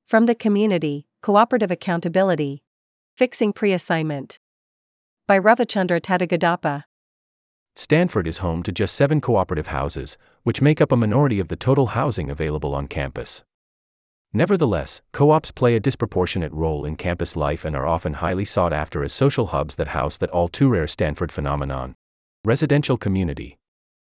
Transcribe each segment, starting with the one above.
From the Community, Cooperative Accountability. Fixing Pre-Assignment. By Ravichandra Tadagadappa. Stanford is home to just 7 cooperative houses, which make up a minority of the total housing available on campus. Nevertheless, co-ops play a disproportionate role in campus life and are often highly sought after as social hubs that house that all-too-rare Stanford phenomenon: residential community.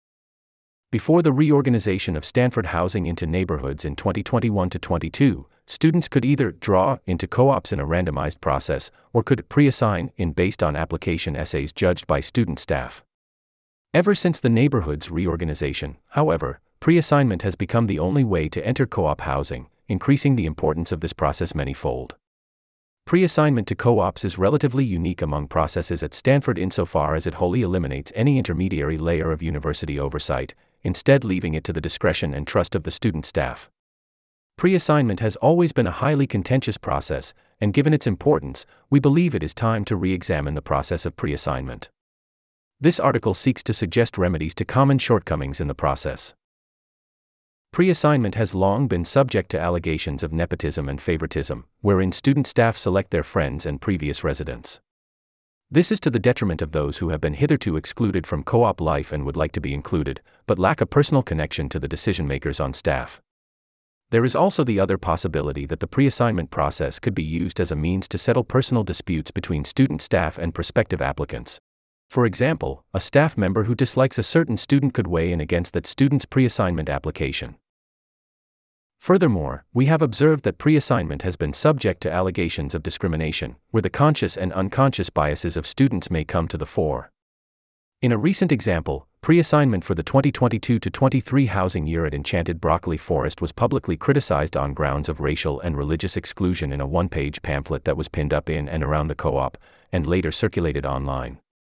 Before the reorganization of Stanford housing into neighborhoods in 2021-22, students could either draw into co-ops in a randomized process or could pre-assign in based on application essays judged by student staff. Ever since the neighborhood's reorganization, however, pre-assignment has become the only way to enter co-op housing, increasing the importance of this process manyfold. Pre-assignment to co-ops is relatively unique among processes at Stanford insofar as it wholly eliminates any intermediary layer of university oversight, instead leaving it to the discretion and trust of the student staff. Pre-assignment has always been a highly contentious process, and given its importance, we believe it is time to re-examine the process of pre-assignment. This article seeks to suggest remedies to common shortcomings in the process. Pre-assignment has long been subject to allegations of nepotism and favoritism, wherein student staff select their friends and previous residents. This is to the detriment of those who have been hitherto excluded from co-op life and would like to be included, but lack a personal connection to the decision-makers on staff. There is also the other possibility that the pre-assignment process could be used as a means to settle personal disputes between student staff and prospective applicants. For example, a staff member who dislikes a certain student could weigh in against that student's pre-assignment application. Furthermore, we have observed that pre-assignment has been subject to allegations of discrimination, where the conscious and unconscious biases of students may come to the fore. In a recent example, pre-assignment for the 2022-23 housing year at Enchanted Broccoli Forest was publicly criticized on grounds of racial and religious exclusion in a one-page pamphlet that was pinned up in and around the co-op, and later circulated online.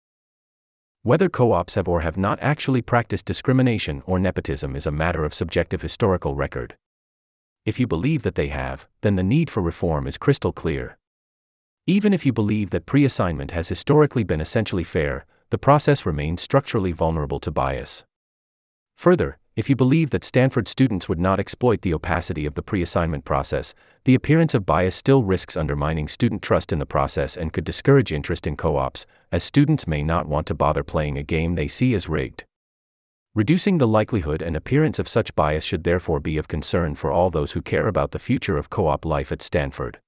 Whether co-ops have or have not actually practiced discrimination or nepotism is a matter of subjective historical record. If you believe that they have, then the need for reform is crystal clear. Even if you believe that pre-assignment has historically been essentially fair, the process remains structurally vulnerable to bias. Further, if you believe that Stanford students would not exploit the opacity of the pre-assignment process, the appearance of bias still risks undermining student trust in the process and could discourage interest in co-ops, as students may not want to bother playing a game they see as rigged. Reducing the likelihood and appearance of such bias should therefore be of concern for all those who care about the future of co-op life at Stanford.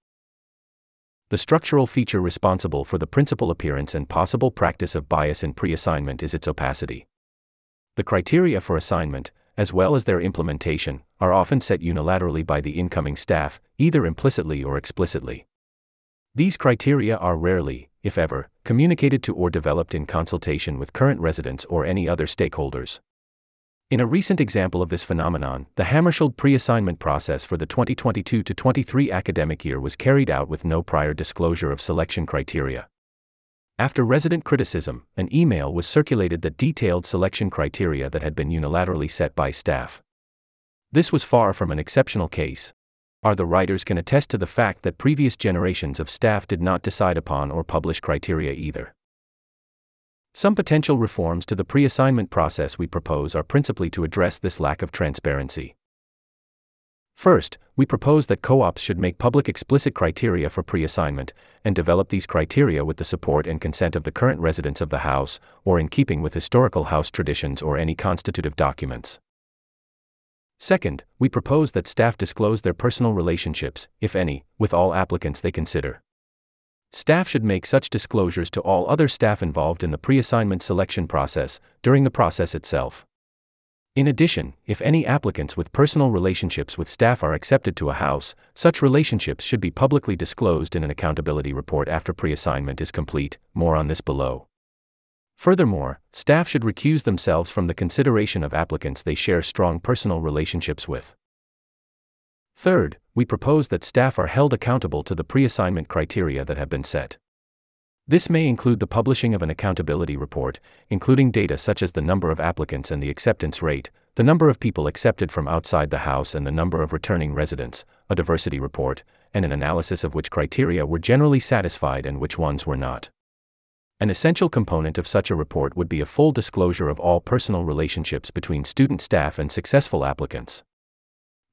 The structural feature responsible for the principal appearance and possible practice of bias in pre-assignment is its opacity. The criteria for assignment, as well as their implementation, are often set unilaterally by the incoming staff, either implicitly or explicitly. These criteria are rarely, if ever, communicated to or developed in consultation with current residents or any other stakeholders. In a recent example of this phenomenon, the Hammarskjöld pre-assignment process for the 2022-23 academic year was carried out with no prior disclosure of selection criteria. After resident criticism, an email was circulated that detailed selection criteria that had been unilaterally set by staff. This was far from an exceptional case. The writers can attest to the fact that previous generations of staff did not decide upon or publish criteria either. Some potential reforms to the pre-assignment process we propose are principally to address this lack of transparency. First, we propose that co-ops should make public explicit criteria for pre-assignment, and develop these criteria with the support and consent of the current residents of the house, or in keeping with historical house traditions or any constitutive documents. Second, we propose that staff disclose their personal relationships, if any, with all applicants they consider. Staff should make such disclosures to all other staff involved in the pre-assignment selection process, during the process itself. In addition, if any applicants with personal relationships with staff are accepted to a house, such relationships should be publicly disclosed in an accountability report after pre-assignment is complete. More on this below. Furthermore, staff should recuse themselves from the consideration of applicants they share strong personal relationships with. Third, we propose that staff are held accountable to the pre-assignment criteria that have been set. This may include the publishing of an accountability report, including data such as the number of applicants and the acceptance rate, the number of people accepted from outside the house and the number of returning residents, a diversity report, and an analysis of which criteria were generally satisfied and which ones were not. An essential component of such a report would be a full disclosure of all personal relationships between student staff and successful applicants.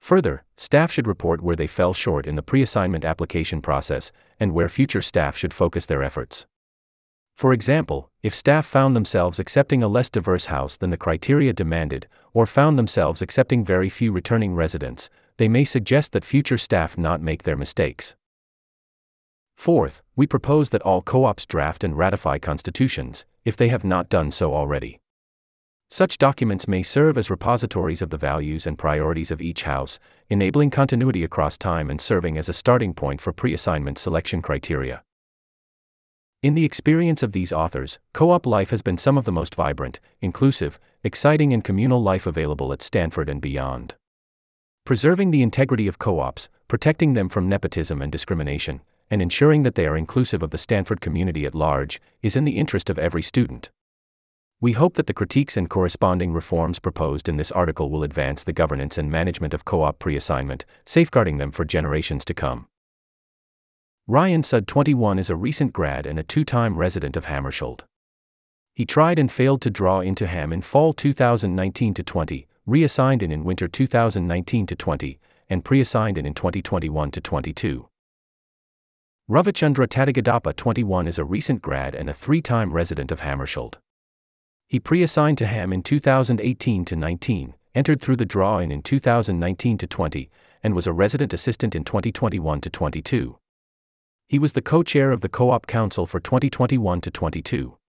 Further, staff should report where they fell short in the pre-assignment application process and where future staff should focus their efforts. For example, if staff found themselves accepting a less diverse house than the criteria demanded, or found themselves accepting very few returning residents, they may suggest that future staff not make their mistakes. Fourth, we propose that all co-ops draft and ratify constitutions, if they have not done so already. Such documents may serve as repositories of the values and priorities of each house, enabling continuity across time and serving as a starting point for pre-assignment selection criteria. In the experience of these authors, co-op life has been some of the most vibrant, inclusive, exciting and communal life available at Stanford and beyond. Preserving the integrity of co-ops, protecting them from nepotism and discrimination, and ensuring that they are inclusive of the Stanford community at large, is in the interest of every student. We hope that the critiques and corresponding reforms proposed in this article will advance the governance and management of co-op pre-assignment, safeguarding them for generations to come. Ryan Sud, 21, is a recent grad and a two-time resident of Hammarskjöld. He tried and failed to draw into Ham in fall 2019-20, reassigned in winter 2019-20, and pre-assigned in 2021-22. Ravichandra Tadigadappa, 21, is a recent grad and a three-time resident of Hammarskjöld. He pre-assigned to Ham in 2018-19, entered through the draw-in in 2019-20, and was a resident assistant in 2021-22. He was the co-chair of the Co-op Council for 2021-22.